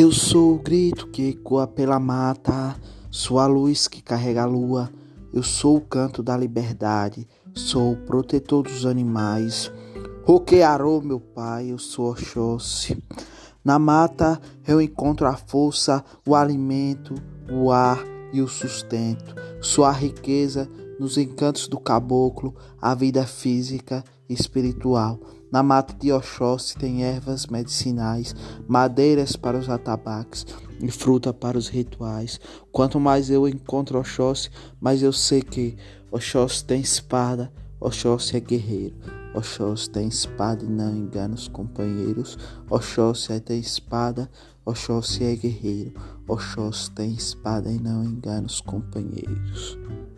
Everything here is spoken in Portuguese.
Eu sou o grito que ecoa pela mata, sou a luz que carrega a lua. Eu sou o canto da liberdade, sou o protetor dos animais. Roquearô, meu pai, eu sou Oxóssi. Na mata eu encontro a força, o alimento, o ar e o sustento. Sou a riqueza nos encantos do caboclo, a vida física e espiritual. Na mata de Oxóssi tem ervas medicinais, madeiras para os atabaques e fruta para os rituais. Quanto mais eu encontro Oxóssi, mais eu sei que Oxóssi tem espada, Oxóssi é guerreiro. Oxóssi tem espada e não engana os companheiros. Oxóssi tem espada, Oxóssi é guerreiro. Oxóssi tem espada e não engana os companheiros.